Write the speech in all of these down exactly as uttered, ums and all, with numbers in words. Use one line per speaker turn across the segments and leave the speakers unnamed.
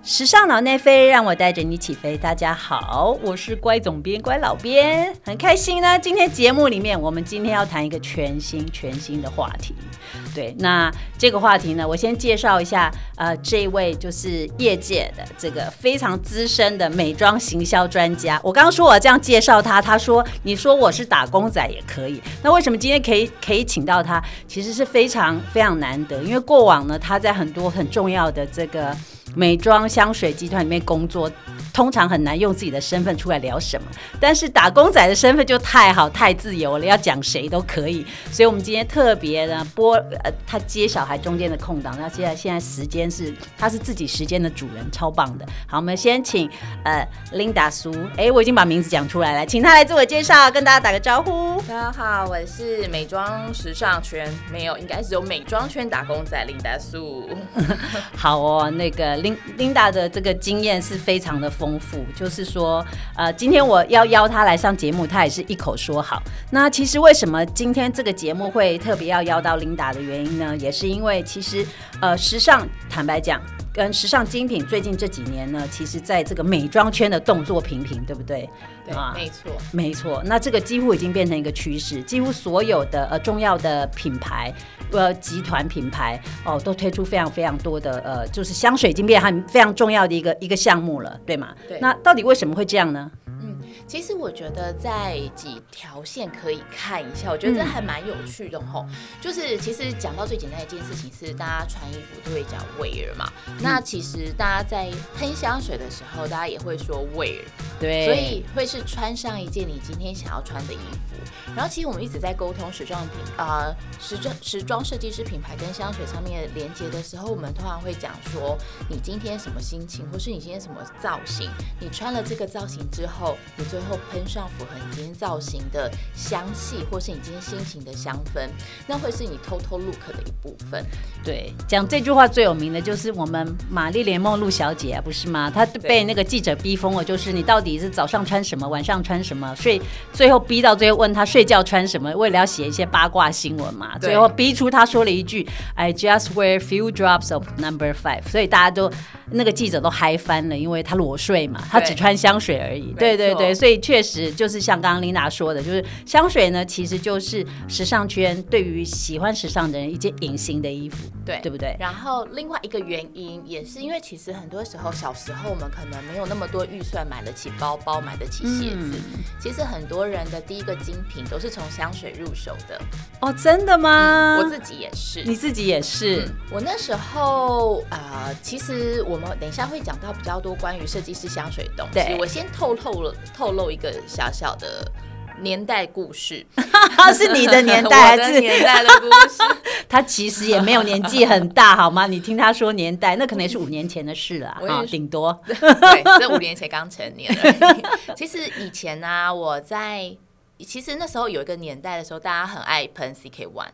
时尚脑内飞，让我带着你起飞。大家好，我是乖总编乖老编，很开心呢。今天节目里面，我们今天要谈一个全新全新的话题。对，那这个话题呢，我先介绍一下，呃，这位就是业界的这个非常资深的美妆行销专家。我刚刚说我要这样介绍他，他说你说我是打工仔也可以。那为什么今天可以可以请到他？其实是非常非常难得，因为过往呢，他在很多很重要的这个美妆香水集团里面工作，通常很难用自己的身份出来聊什么，但是打工仔的身份就太好太自由了，要讲谁都可以。所以我们今天特别呢播呃他接小孩中间的空档，那现在现在时间是他是自己时间的主人，超棒的。好，我们先请呃 Linda 苏，哎，我已经把名字讲出来了，请他来自我介绍，跟大家打个招呼。
大家好，我是美妆时尚圈没有，应该只有美妆圈打工仔 Linda 苏。
好哦，那个 Linda 的这个经验是非常的丰富，就是说，呃，今天我要邀她来上节目，她也是一口说好。那其实为什么今天这个节目会特别要邀到 Linda 的原因呢？也是因为其实，呃，时尚坦白讲，跟时尚精品最近这几年呢，其实在这个美妆圈的动作频频，对不对？
对，啊、没错，
没错。那这个几乎已经变成一个趋势，几乎所有的呃重要的品牌。呃，集团品牌哦，都推出非常非常多的呃，就是香水已经变成非常重要的一个一个项目了，对吗？
对。
那到底为什么会这样呢？
嗯，其实我觉得在几条线可以看一下，我觉得这还蛮有趣的吼、嗯。就是其实讲到最简单的一件事情是，大家穿衣服都会讲 wear 嘛、嗯。那其实大家在喷香水的时候，大家也会说 wear，
对，
所以会是穿上一件你今天想要穿的衣服。然后其实我们一直在沟通时装品啊、呃，时装时装设计师品牌跟香水上面连接的时候，我们通常会讲说，你今天什么心情，或是你今天什么造型，你穿了这个造型之后，你最后喷上符合你今天造型的香气，或是你今天心情的香氛，那会是你 total look 的一部分。
对，讲这句话最有名的就是我们玛丽莲梦露小姐啊，不是吗？她被那个记者逼疯了，就是你到底是早上穿什么，晚上穿什么，睡最后逼到最后问她睡觉穿什么，为了要写一些八卦新闻嘛，最后逼出她说了一句 I just wear few drops of number five， 所以大家都那个记者都嗨翻了，因为她裸睡嘛，她只穿香水而已。对对对，所以确实就是像刚刚琳达说的，就是香水呢，其实就是时尚圈对于喜欢时尚的人一件隐形的衣服，
对
对不对？
然后另外一个原因也是因为其实很多时候小时候我们可能没有那么多预算买得起包包，买得起鞋子、嗯、其实很多人的第一个精品都是从香水入手的。
哦，真的吗？
嗯、我自己也是。
你自己也是？
嗯、我那时候呃，其实我们等一下会讲到比较多关于设计师香水的东西，我先透透了透露一个小小的年代故事。
是你的年代还是
年代的故事？
他其实也没有年纪很大，好吗？你听他说年代，那可能也是五年前的事了，哈，顶多。
对，这五年前刚成年而已。其实以前呢、啊，我在其实那时候有一个年代的时候，大家很爱喷 C K one。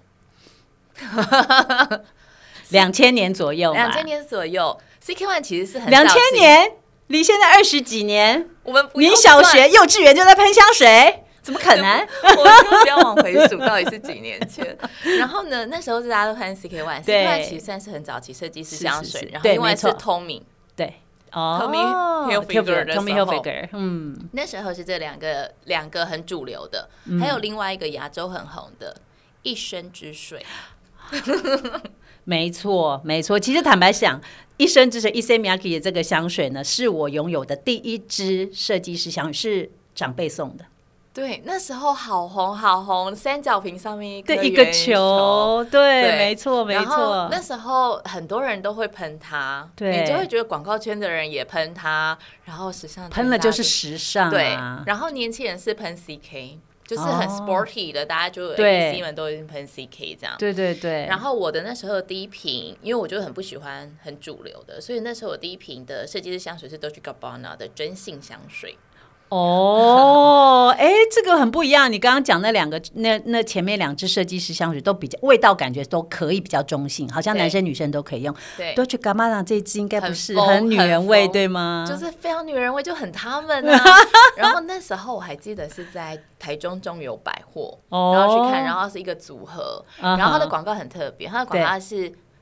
两千年左右吧，
两千年左右 ，C K one 其实是很
两千年，离现在二十几年。
我们
你小学、幼稚园就在喷香水，怎么可能？
我们不要往回数，到底是几年前？然后呢，那时候是大家都喷 C K one，C K one 其实算是很早期设计师香水，是是是，然后另外是 Tommy，
对。哦
，Tommy Hilfiger 的时候
，Tommy Hilfiger， 嗯，
那时候是这两个两个很主流的，嗯、还有另外一个亚洲很红的一生之水。
没错，没错。其实坦白讲，一生之水 Issey Miyake 的这个香水呢，是我拥有的第一支设计师香水，是长辈送的。
对，那时候好红好红，三角瓶上面一颗
对一个球，对，对没错没错。
那时候很多人都会喷它，对，你就会觉得广告圈的人也喷它，然后时尚
喷了就是时尚、啊，
对。然后年轻人是喷 C K， 就是很 sporty 的，哦、大家就 A B C 们都已经喷 C K 这样。
对对对。
然后我的那时候的第一瓶，因为我就很不喜欢很主流的，所以那时候我第一瓶的设计师香水是 Dolce Gabbana 的真性香水。
哦，哎，这个很不一样。你刚刚讲那两个，那那前面两支设计师香水都比较味道，感觉都可以比较中性，好像男生女生都可以用。
对
，Dolce Gabbana 这一支应该不是 很, 很女人味，对吗？
就是非常女人味，就很他们啊。然后那时候我还记得是在台中中友百货，哦、然后去看，然后是一个组合，然后它的广告很特别，它的广告是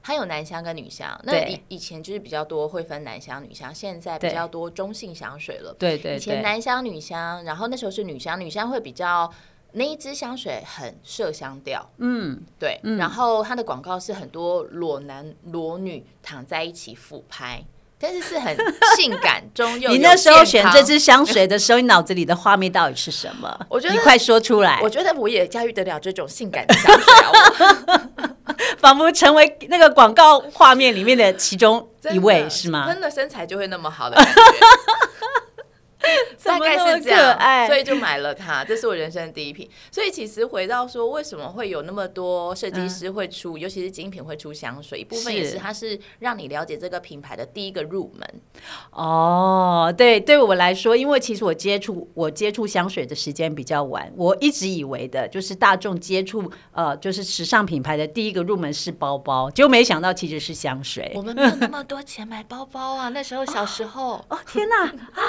它有男香跟女香。那以以前就是比较多会分男香女香，现在比较多中性香水了。
对对对，
以前男香女香，然后那时候是女香，女香会比较那一支香水很麝香调，嗯，对，嗯、然后它的广告是很多裸男裸女躺在一起俯拍。但是是很性感中又有你
那时候选这支香水的时候，你脑子里的画面到底是什么？
我觉得
你快说出来。
我觉得我也驾驭得了这种性感的香水啊，
仿佛成为那个广告画面里面的其中一位，是吗？
真的身材就会那么好的感觉。大概是这样，所以就买了它，这是我人生的第一瓶。所以其实回到说，为什么会有那么多设计师会出，嗯、尤其是精品会出香水，一部分也是它是让你了解这个品牌的第一个入门。
哦，对，对我来说，因为其实我接触我接触香水的时间比较晚，我一直以为的就是大众接触呃就是时尚品牌的第一个入门是包包，结果没想到其实是香水。
我们没有那么多钱买包包啊，那时候小时候。
哦，哦天哪！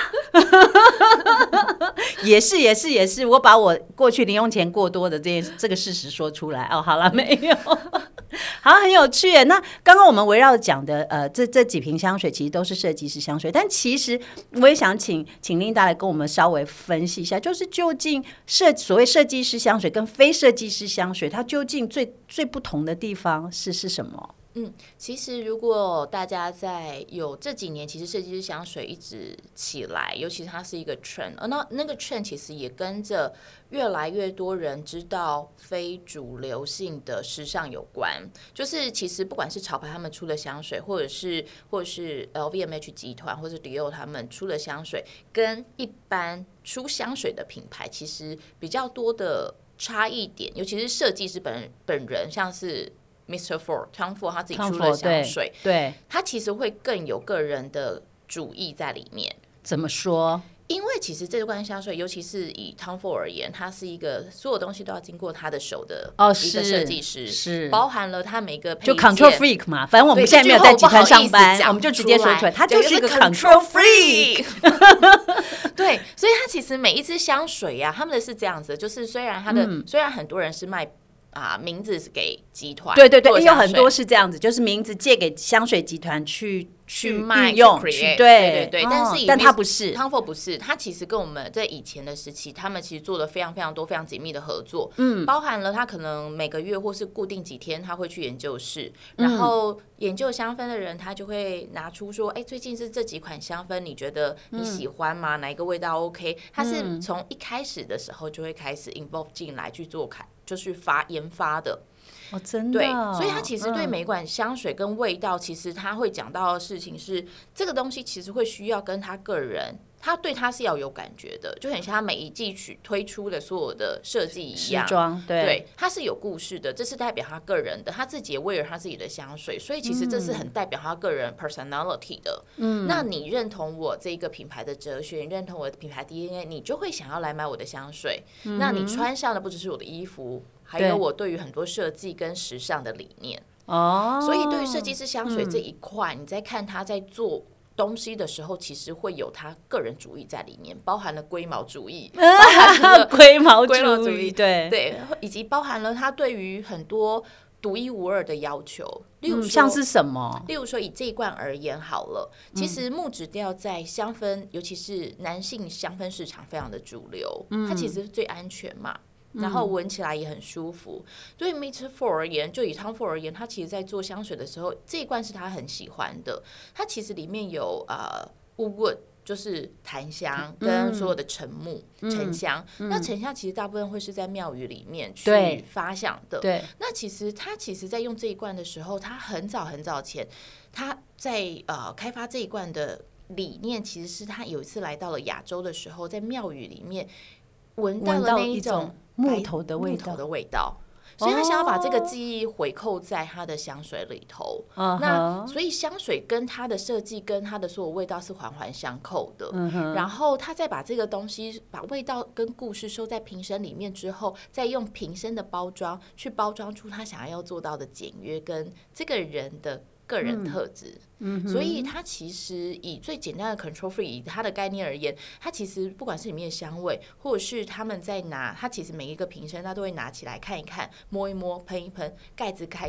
也是也是也是，我把我过去零用钱过多的这件这个事实说出来哦。好了，没有，好，很有趣耶。那刚刚我们围绕讲的呃，这这几瓶香水其实都是设计师香水，但其实我也想请请琳达来跟我们稍微分析一下，就是究竟设所谓设计师香水跟非设计师香水，它究竟最最不同的地方是是什么？
嗯，其实如果大家在有这几年，其实设计师香水一直起来，尤其是它是一个 trend， 而那那个 trend 其实也跟着越来越多人知道非主流性的时尚有关。就是其实不管是潮牌他们出的香水，或者是或者是 L V M H 集团或者是 Dior 他们出的香水，跟一般出香水的品牌其实比较多的差异点，尤其是设计师本人本人，像是Mister Ford、Tom Ford 他自己出的香水，
对，对
他其实会更有个人的主意在里面。
怎么说？
因为其实这罐香水，尤其是以 Tom Ford 而言，它是一个所有东西都要经过他的手的一个设计师，
哦、是, 是
包含了他每个配件，
就 control freak 嘛。反正我们现在没有在集团上班，我们就直接说出来，他就是一个 control freak。
对，所以他其实每一支香水呀、啊，他们的是这样子，就是虽然他的、嗯、虽然很多人是卖。啊，名字是给集团，
对对对，有很多是这样子，就是名字借给香水集团去
去卖、
运用，
去
对
对对、哦、但是
但他不是
Tom Ford 不是，他其实跟我们在以前的时期，他们其实做了非常非常多、非常紧密的合作，嗯，包含了他可能每个月或是固定几天，他会去研究室，然后研究香氛的人，他就会拿出说，哎，最近是这几款香氛，你觉得你喜欢吗？嗯、哪一个味道 OK？ 他是从一开始的时候就会开始 involve 进来去做开。就是发研发的
哦，真的、
哦，对，所以他其实对每一款香水跟味道，嗯、其实他会讲到的事情是，这个东西其实会需要跟他个人，他对他是要有感觉的，就很像他每一季曲推出的所有的设计一样，
时装，对，
对，他是有故事的，这是代表他个人的，他自己也为了他自己的香水，所以其实这是很代表他个人 personality 的。嗯，那你认同我这个品牌的哲学，你认同我的品牌 D N A， 你就会想要来买我的香水。嗯、那你穿上的不只是我的衣服。还有我对于很多设计跟时尚的理念哦，所以对于设计师香水这一块，嗯、你在看他在做东西的时候，其实会有他个人主义在里面，包含了龟毛主义，包含了
龟毛主义，对
对，以及包含了他对于很多独一无二的要求，例如说、
嗯、像是什么？
例如说以这一罐而言好了，其实木质调在香氛，尤其是男性香氛市场非常的主流，嗯、它其实是最安全嘛。然后闻起来也很舒服。对 Mister Ford 而言，就以 Tom Ford 而言，他其实在做香水的时候，这一罐是他很喜欢的。它其实里面有呃 wood， 就是檀香跟所有的沉木、嗯、沉香、嗯。那沉香其实大部分会是在庙宇里面去发想的。
对。
那其实他其实在用这一罐的时候，他很早很早前，他在呃开发这一罐的理念，其实是他有一次来到了亚洲的时候，在庙宇里面闻到了那一种
木头的味道，
木头的味道，所以他想要把这个记忆回扣在他的香水里头。Oh. 那所以香水跟他的设计跟他的所有味道是环环相扣的。Uh-huh. 然后他再把这个东西，把味道跟故事收在瓶身里面之后，再用瓶身的包装去包装出他想要做到的简约跟这个人的个人特质。嗯、所以它其实以最简单的 control free 以它的概念而言，它其实不管是里面的香味，或者是他们在拿，它其实每一个瓶身它都会拿起来看一看、摸一摸、喷一喷，盖子开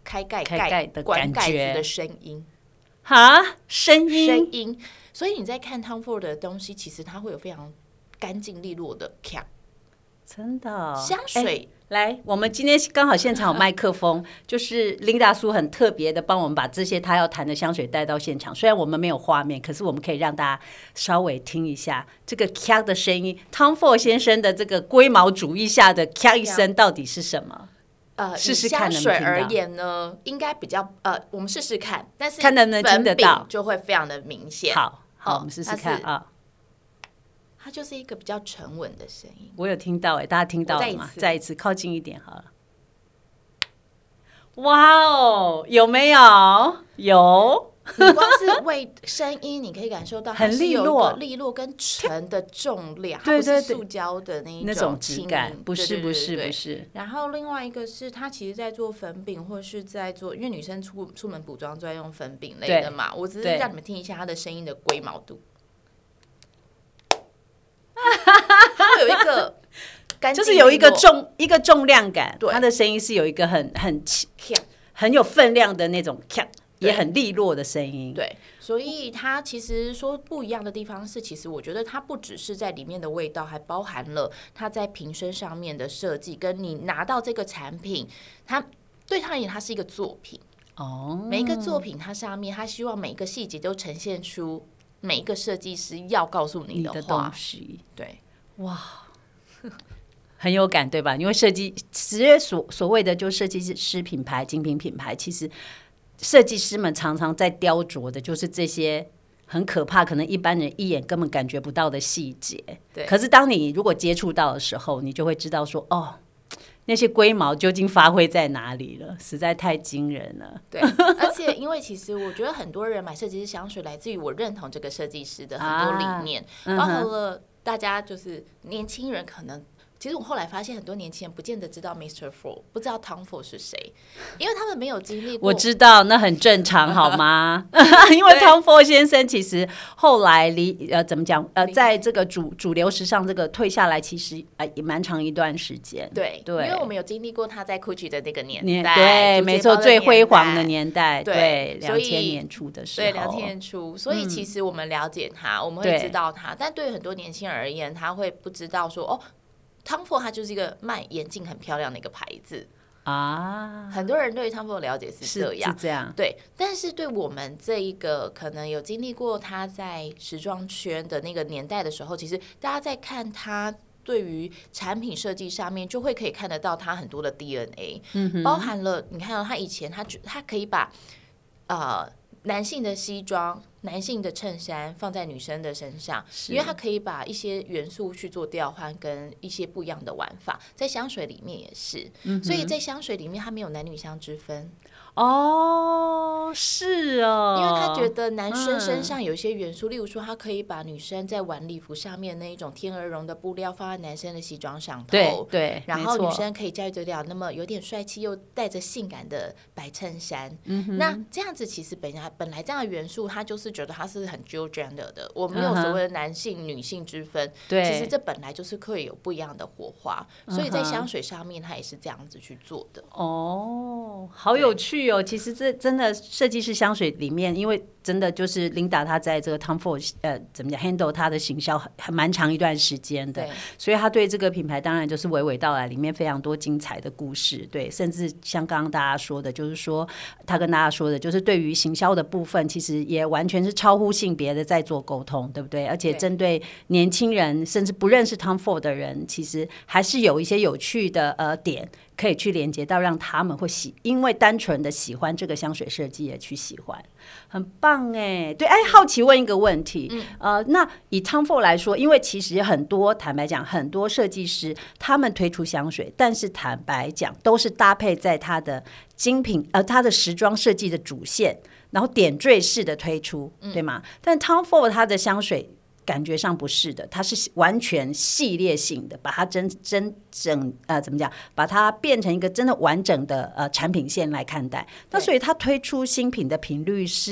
开盖
开盖的
关盖子
感觉
的声音。
哈，声音
声音，所以你在看 Tom Ford 的东西，其实它会有非常干净利落的咔。
真的、哦、
香水、
欸、来，我们今天刚好现场有麦克风，就是琳达苏很特别的帮我们把这些他要谈的香水带到现场。虽然我们没有画面，可是我们可以让大家稍微听一下这个咔的声音。Tom Ford 先生的这个龟毛主义下的咔一声到底是什么？
呃，
试试看能不能听到。
香水而言呢，应该比较呃，我们试试看，但是
看能不能听得到，
就会非常的明显。
好，好，我们试试看啊。
它就是一个比较沉稳的声音。
我有听到哎、欸，大家听到了吗？再一次靠近一点好了。哇哦，有没有？有。
你光是为声音，你可以感受到
很利落、
利落跟沉的重量，它不是塑胶的那一
那种质感，不是不是不是。
然后另外一个是，它其实在做粉饼，或是在做，因为女生出出门补妆就要用粉饼类的嘛。我只是让你们听一下它的声音的龟毛度。它会有一个干净，
就是有一个重一个重量感，它的声音是有一个很很很有分量的那种，也很利落的声音。
对，所以它其实说不一样的地方是，其实我觉得它不只是在里面的味道，还包含了它在瓶身上面的设计，跟你拿到这个产品，它对他而言，它是一个作品。
哦，
每一个作品，它上面它希望每一个细节都呈现出每一个设计师要告诉你的话。
你的东西，
对，
哇，很有感，对吧？因为设计，其实所所谓的就设计师品牌、精品品牌，其实设计师们常常在雕琢的就是这些很可怕，可能一般人一眼根本感觉不到的细节。
对，
可是当你如果接触到的时候，你就会知道说，哦，那些龟毛究竟发挥在哪里了，实在太惊人了。
对，而且因为其实我觉得很多人买设计师香水来自于我认同这个设计师的很多理念，啊、包含了大家就是年轻人可能。其实我后来发现，很多年轻人不见得知道 mister Ford， 不知道 Tom Ford 是谁，因为他们没有经历过。
我知道，那很正常，好吗？因为 Tom Ford 先生其实后来离呃怎么讲呃，在这个主主流时尚这个退下来，其实呃也蛮长一段时间。
对
对，
因为我们有经历过他在 Gucci 的那个年代，
对，没错，最辉煌的年代，对，两千年初的时候，
对，两千年初。所以其实我们了解他，嗯、我们会知道他，但对于很多年轻人而言，他会不知道说哦。Tom Ford 它就是一个卖眼镜很漂亮的一个牌子啊，很多人对 Tom Ford 的了解是这样，
是这样，
对。但是对我们这一个可能有经历过他在时装圈的那个年代的时候，其实大家在看他对于产品设计上面，就会可以看得到他很多的 D N A，嗯、包含了你看到、哦、他以前他他可以把呃男性的西装。男性的衬衫放在女生的身上，因为它可以把一些元素去做调换，跟一些不一样的玩法。在香水里面也是，嗯、所以在香水里面它没有男女香之分。
哦，是哦，
因为他觉得男生身上有一些元素，嗯、例如说，他可以把女生在晚礼服上面那一种天鹅绒的布料放在男生的西装上头，
对对，
然后女生可以驾驭得了那么有点帅气又带着性感的白衬衫。嗯、那这样子其实本来本来这样的元素，它就是觉得它是很 dual gender 的，我没有所谓的男性、嗯、女性之分。对，其实这本来就是可以有不一样的火花，所以在香水上面，它也是这样子去做的。
哦，好有趣哦！其实这真的设计师香水里面，因为真的就是琳达她在这个 Tom Ford 呃怎么讲 handle 她的行销很蛮长一段时间的，所以她对这个品牌当然就是娓娓道来，里面非常多精彩的故事。对，甚至像刚刚大家说的，就是说他跟大家说的，就是对于行销的部分，其实也完全是超乎性别的在做沟通，对不对？而且针对年轻人甚至不认识 Tom Ford 的人，其实还是有一些有趣的呃点。可以去连接到让他们会喜，因为单纯的喜欢这个香水设计也去喜欢，很棒哎。对，哎，好奇问一个问题，嗯、呃，那以 Tom Ford 来说，因为其实很多坦白讲，很多设计师他们推出香水，但是坦白讲都是搭配在他的精品呃他的时装设计的主线，然后点缀式的推出，嗯、对吗？但 Tom Ford 他的香水。感觉上不是的，它是完全系列性的，把它真真整呃怎么讲，把它变成一个真的完整的呃产品线来看待。那所以它推出新品的频率是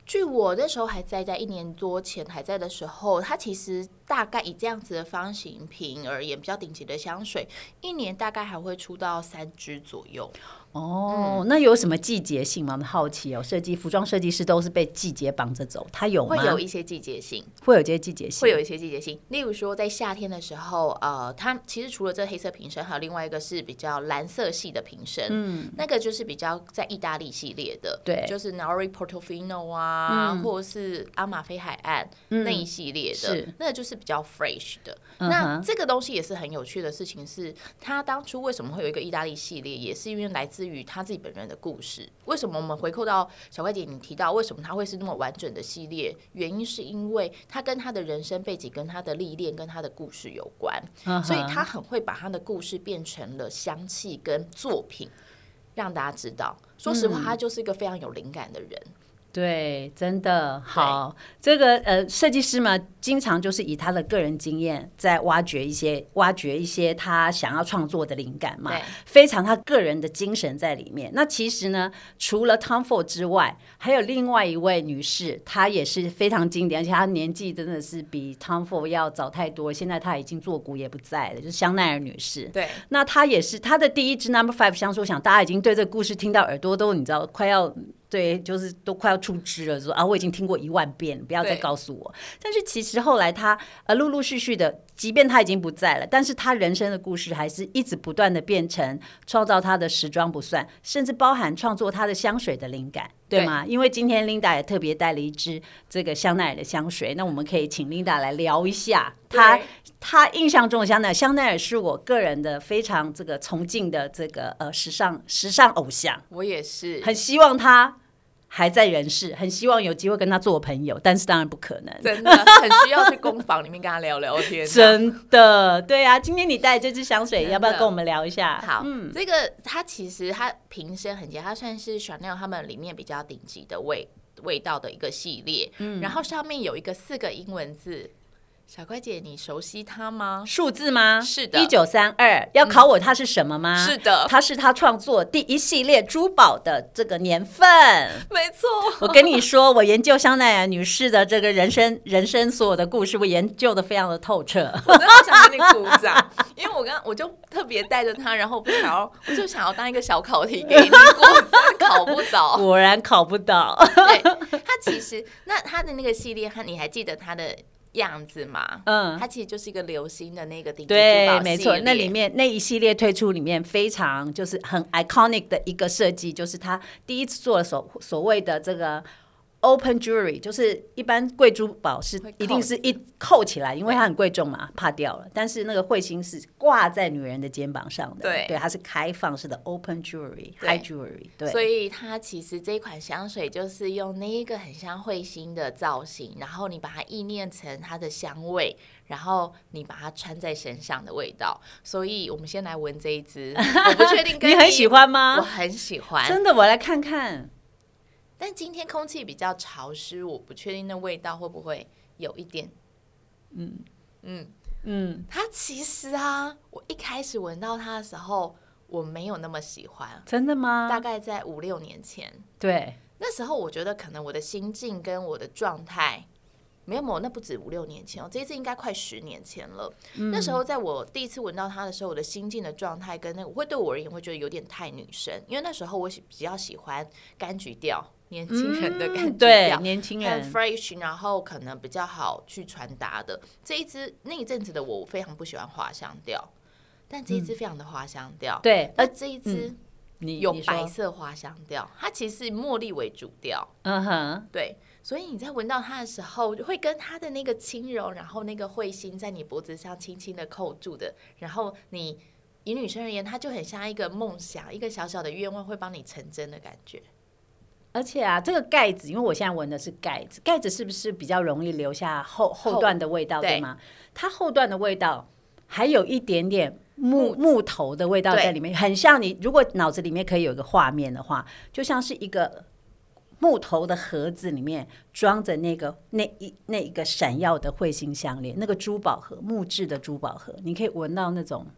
据我那时候还在，在一年多前还在的时候，它其实大概以这样子的方形瓶而言，比较顶级的香水，一年大概还会出到三支左右。
哦、嗯，那有什么季节性吗？我们好奇哦。设计服装设计师都是被季节绑着走，它有吗？
会有一些季节性，
会有一些季节性，
会有一些季节性。例如说，在夏天的时候，呃，它其实除了这黑色瓶身，还有另外一个是比较蓝色系的瓶身，嗯，那个就是比较在意大利系列的，
对，
就是 Nari Portofino 啊，嗯、或者是阿马菲海岸、嗯、那一系列的，那个就是比较 fresh 的。嗯、那这个东西也是很有趣的事情是，它当初为什么会有一个意大利系列，也是因为来自于他自己本人的故事。为什么我们回扣到小怪姐你提到为什么他会是那么完整的系列，原因是因为他跟他的人生背景、跟他的历练、跟他的故事有关， uh-huh. 所以他很会把他的故事变成了香气跟作品，让大家知道。说实话，他就是一个非常有灵感的人。嗯，
对，真的好。这个呃，设计师嘛，经常就是以他的个人经验，在挖掘一些挖掘一些他想要创作的灵感嘛，非常他个人的精神在里面。那其实呢，除了 Tom Ford 之外，还有另外一位女士，她也是非常经典，而且她年纪真的是比 Tom Ford 要早太多。现在她已经作古也不在了，就是香奈儿女士。
对，
那她也是她的第一支 Number Five 香水，我想大家已经对这个故事听到耳朵都你知道快要。对，就是都快要出汁了，说啊，我已经听过一万遍，不要再告诉我。但是其实后来他呃陆陆续续的，即便他已经不在了，但是他人生的故事还是一直不断的变成创造他的时装不算，甚至包含创作他的香水的灵感，对吗？对，因为今天 Linda 也特别带了一支这个香奈儿的香水，那我们可以请 Linda 来聊一下他他印象中的香奈儿。香奈儿是我个人的非常这个崇敬的这个呃时尚时尚偶像，
我也是
很希望他还在人世，很希望有机会跟他做朋友，但是当然不可能，
真的很需要去工坊里面跟他聊聊天。
真的，对啊，今天你带这支香水，要不要跟我们聊一下？
好，嗯，这个它其实它瓶身很简单，它算是 Chanel 他们里面比较顶级的味味道的一个系列，嗯，然后上面有一个四个英文字。小怪姐，你熟悉它吗？
数字吗？
是的，
一九三二。要考我它是什么吗？
嗯、是的，
它是他创作第一系列珠宝的这个年份。
没错，
我跟你说，我研究香奈儿女士的这个人生人生所有的故事，我研究的非常的透彻。
我真的好想给你鼓掌，因为我刚我就特别带着它，然后我想要，我就想要当一个小考题给你，果真考不到，
果然考不到。
对，它其实那它的那个系列，它你还记得它的样子嘛，嗯，它其实就是一个流星的那个顶级珠宝系列，
对，没错，那里面那一系列推出里面非常就是很 iconic 的一个设计，就是他第一次做了所所谓的这个open jewelry， 就是一般贵珠宝是一定是一扣起来，因为它很贵重嘛，怕掉了。但是那个彗星是挂在女人的肩膀上的，
对，
对，它是开放式的 open jewelry、high jewelry， 对。
所以它其实这款香水就是用那一个很像彗星的造型，然后你把它意念成它的香味，然后你把它穿在身上的味道。所以我们先来闻这一支，我不确定跟
你, 你很喜欢吗？
我很喜欢，
真的，我来看看。
但今天空气比较潮湿，我不确定那味道会不会有一点，嗯嗯嗯。它其实啊，我一开始闻到它的时候，我没有那么喜欢。
真的吗？
大概在五六年前，
对，
那时候我觉得可能我的心境跟我的状态。没有没有，那不止五六年前哦，这一次应该快十年前了。嗯、那时候在我第一次闻到它的时候，我的心境的状态跟那个，会对我而言会觉得有点太女生，因为那时候我比较喜欢柑橘调，年轻人的柑橘调、嗯，
对，年轻人
很 fresh， 然后可能比较好去传达的。这一支那一阵子的我，我非常不喜欢花香调，但这一支非常的花香调、嗯。对，而这一支。嗯有白色花香调，它其实是茉莉为主调，嗯哼，对，所以你在闻到它的时候，会跟它的那个轻柔，然后那个彗星在你脖子上轻轻的扣住的，然后你以女生而言，它就很像一个梦想，一个小小的愿望会帮你成真的感觉。
而且啊，这个盖子，因为我现在闻的是盖子，盖子是不是比较容易留下后后段的味道，对吗？它后段的味道还有一点点。木木头的味道在里面，很像你如果脑子里面可以有一个画面的话，就像是一个木头的盒子里面装着那个那一那一个闪耀的彗星项链，那个珠宝盒，木质的珠宝盒，你可以闻到那种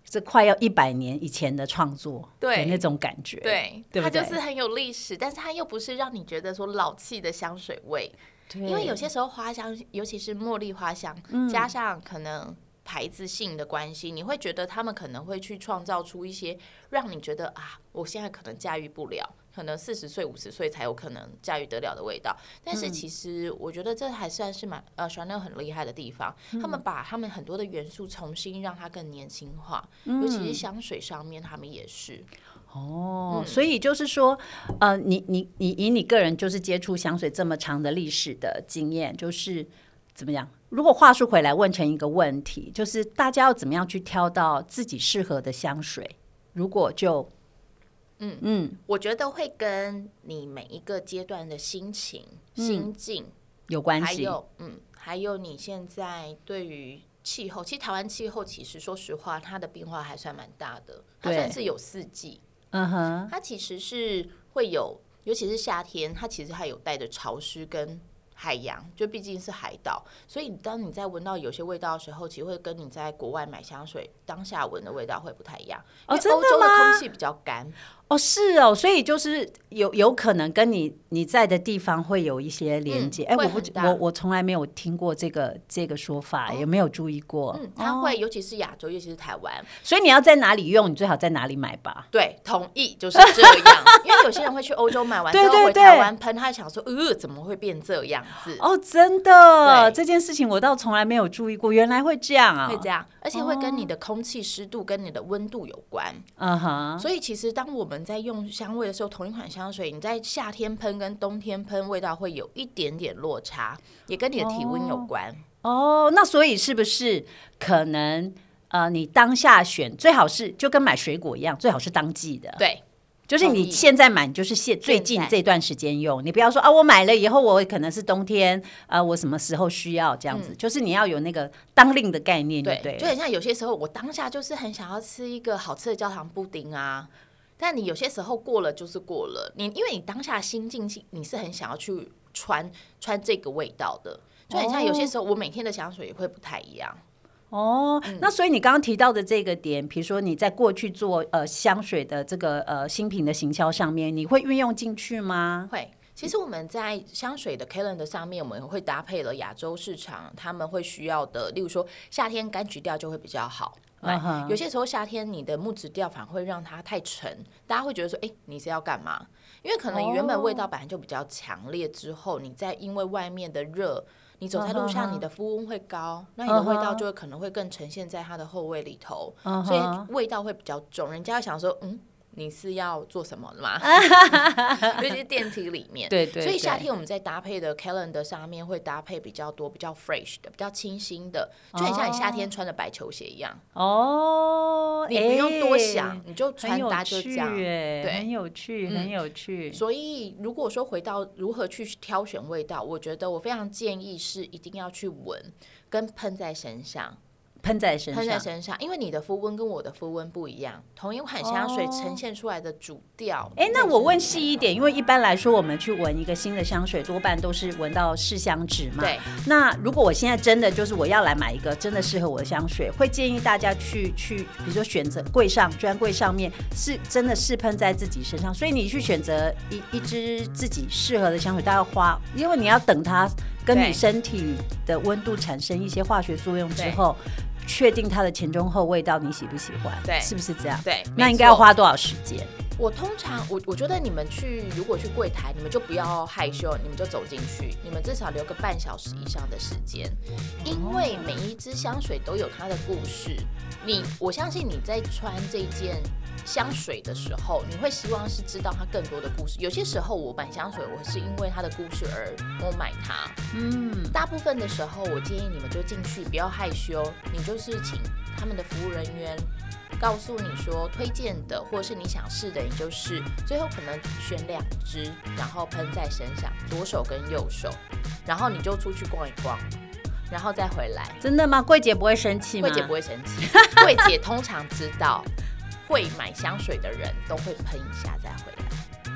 这快要一百年以前的创作的那种感觉，
对，
对不对？
它就是很有历史，但是它又不是让你觉得说老气的香水味。因为有些时候花香，尤其是茉莉花香，嗯、加上可能牌子性的关系，你会觉得他们可能会去创造出一些让你觉得啊，我现在可能驾驭不了，可能四十岁、五十岁才有可能驾驭得了的味道。但是其实我觉得这还算是蛮呃 Chanel 很厉害的地方，嗯、他们把他们很多的元素重新让它更年轻化，嗯、尤其是香水上面，他们也是。
哦、嗯，所以就是说，呃，你你你以你个人就是接触香水这么长的历史的经验，就是怎么样？如果话说回来，问成一个问题，就是大家要怎么样去挑到自己适合的香水？如果就，
嗯嗯，我觉得会跟你每一个阶段的心情、嗯、心境
有关系，
还有嗯，还有你现在对于气候，其实台湾气候其实说实话，它的变化还算蛮大的，它算是有四季。嗯哼，它其实是会有，尤其是夏天，它其实还有带着潮湿跟海洋，就毕竟是海岛，所以当你在闻到有些味道的时候，其实会跟你在国外买香水当下闻的味道会不太一样。
哦，
因为欧洲的空气比较干。
哦，是哦，所以就是有有可能跟你你在的地方会有一些连接。哎、嗯，我不，我我从来没有听过这个这个说法，哦、也没有注意过。
嗯，它会，哦、尤其是亚洲，尤其是台湾。
所以你要在哪里用，你最好在哪里买吧。
对，同意，就是这样。因为有些人会去欧洲买完之后回台湾喷，他想说，呃，怎么会变这样子？
哦，真的，这件事情我倒从来没有注意过，原来会这样啊，
会这样，而且会跟你的空气湿度跟你的温度有关。嗯哼，所以其实当我们在用香味的时候，同一款香水，你在夏天喷跟冬天喷味道会有一点点落差，也跟你的体温有关。
哦，哦，那所以是不是可能呃，你当下选最好是就跟买水果一样，最好是当季的。
对。
就是你现在买，你就是现最近这段时间用，你不要说啊，我买了以后我可能是冬天，呃，我什么时候需要这样子，嗯、就是你要有那个当令的概念就对了，
对，就很像有些时候我当下就是很想要吃一个好吃的焦糖布丁啊，但你有些时候过了就是过了，你因为你当下心境你是很想要去穿穿这个味道的，就很像有些时候我每天的香水也会不太一样。
哦，那所以你刚刚提到的这个点，比如说你在过去做呃香水的这个呃新品的行销上面，你会运用进去吗？
会。其实我们在香水的 calendar 上面，我们会搭配了亚洲市场他们会需要的，例如说夏天柑橘调就会比较好。Uh-huh. 有些时候夏天你的木质调反而会让它太沉，大家会觉得说，哎、欸，你是要干嘛？因为可能原本味道本来就比较强烈，之后你再因为外面的热。你走在路上， uh-huh. 你的肤温会高，那你的味道就会可能会更呈现在它的后味里头， uh-huh. 所以味道会比较重。人家会想说，嗯，你是要做什么的吗？尤其是电梯里面，
对 对, 对。
所以夏天我们在搭配的 calendar 上面会搭配比较多、比较 fresh 的、比较清新的，就很像你夏天穿的白球鞋一样。哦，你不用多想，欸、你就穿搭就这样，
对，很有趣，很有趣。
所以如果说回到如何去挑选味道，我觉得我非常建议是一定要去闻跟喷在身上。
喷在身上，
喷在身上，因为你的肤温跟我的肤温不一样，同一款香水呈现出来的主调。
哎、哦，那我问细一点，因为一般来说我们去闻一个新的香水，多半都是闻到试香纸嘛。
对。
那如果我现在真的就是我要来买一个真的适合我的香水，会建议大家去去，比如说选择柜上专柜上面是真的试喷在自己身上，所以你去选择一一支自己适合的香水，大概要花，因为你要等它跟你身体的温度产生一些化学作用之后。确定它的前中后味道你喜不喜欢，
对，
是不是这样？
对，
那应该要花多少时间？
我通常我我觉得你们去如果去柜台，你们就不要害羞，你们就走进去，你们至少留个半小时以上的时间，因为每一支香水都有它的故事。你我相信你在穿这件香水的时候，你会希望是知道它更多的故事。有些时候我买香水，我是因为它的故事而我买它。嗯，大部分的时候，我建议你们就进去，不要害羞，你就是请他们的服务人员告诉你说推荐的，或者是你想试的，你就试。最后可能选两支，然后喷在身上，左手跟右手，然后你就出去逛一逛。然后再回来。
真的吗？柜姐不会生气吗？
柜姐不会生气，柜姐通常知道会买香水的人都会喷一下再回来。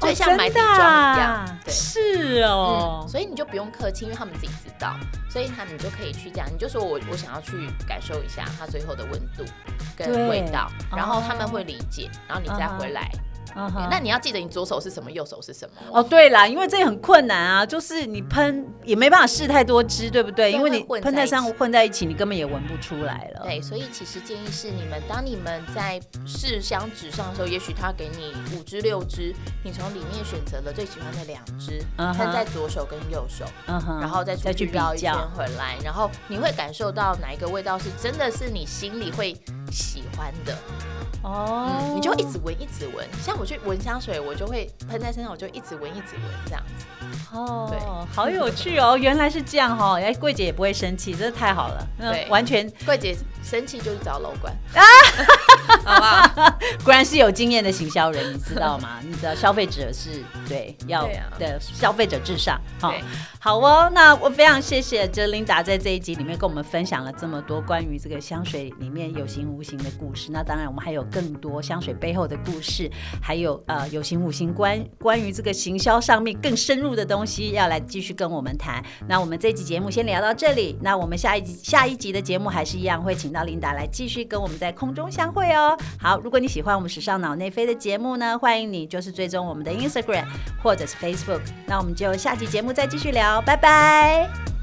就像买底妆一样，对，
是哦、
嗯，所以你就不用客气，因为他们自己知道，所以他们就可以去这样，你就说我我想要去感受一下它最后的温度跟味道，然后他们会理解，然后你再回来。Uh huh. 那你要记得你左手是什么，右手是什么
哦。对啦，因为这也很困难啊，就是你喷也没办法试太多支，对不对？因为你喷在上混在一起，你根本也闻不出来了。
对，所以其实建议是你们，当你们在试香纸上的时候，也许他给你五支六支，你从里面选择了最喜欢的两支，喷、uh huh. 在左手跟右手， uh huh. 然后再出去绕一圈回来，然后你会感受到哪一个味道是真的是你心里会喜欢的。哦、oh. 嗯，你就一直闻一直闻，像我去闻香水，我就会喷在身上，我就一直闻一直闻这样子。
哦，对，好有趣哦，原来是这样哦，哎，柜姐也不会生气，真的太好了，对，完全
柜姐生气就是找楼管
啊，好不好？果然是有经验的行销人，你知道吗？你知道消费者是对要的消费者至上，好、哦，好哦，那我非常谢谢这琳达在这一集里面跟我们分享了这么多关于这个香水里面有形无形的故事，那当然我们还有更多香水背后的故事，还有呃有形无形关关于这个行销上面更深入的东西要来继续跟我们谈。那我们这集节目先聊到这里，那我们下一集下一集的节目还是一样会请到琳达来继续跟我们在空中相会哦。好，如果你喜欢我们时尚脑内飞的节目呢，欢迎你就是追踪我们的 Instagram 或者是 Facebook， 那我们就下集节目再继续聊，拜拜。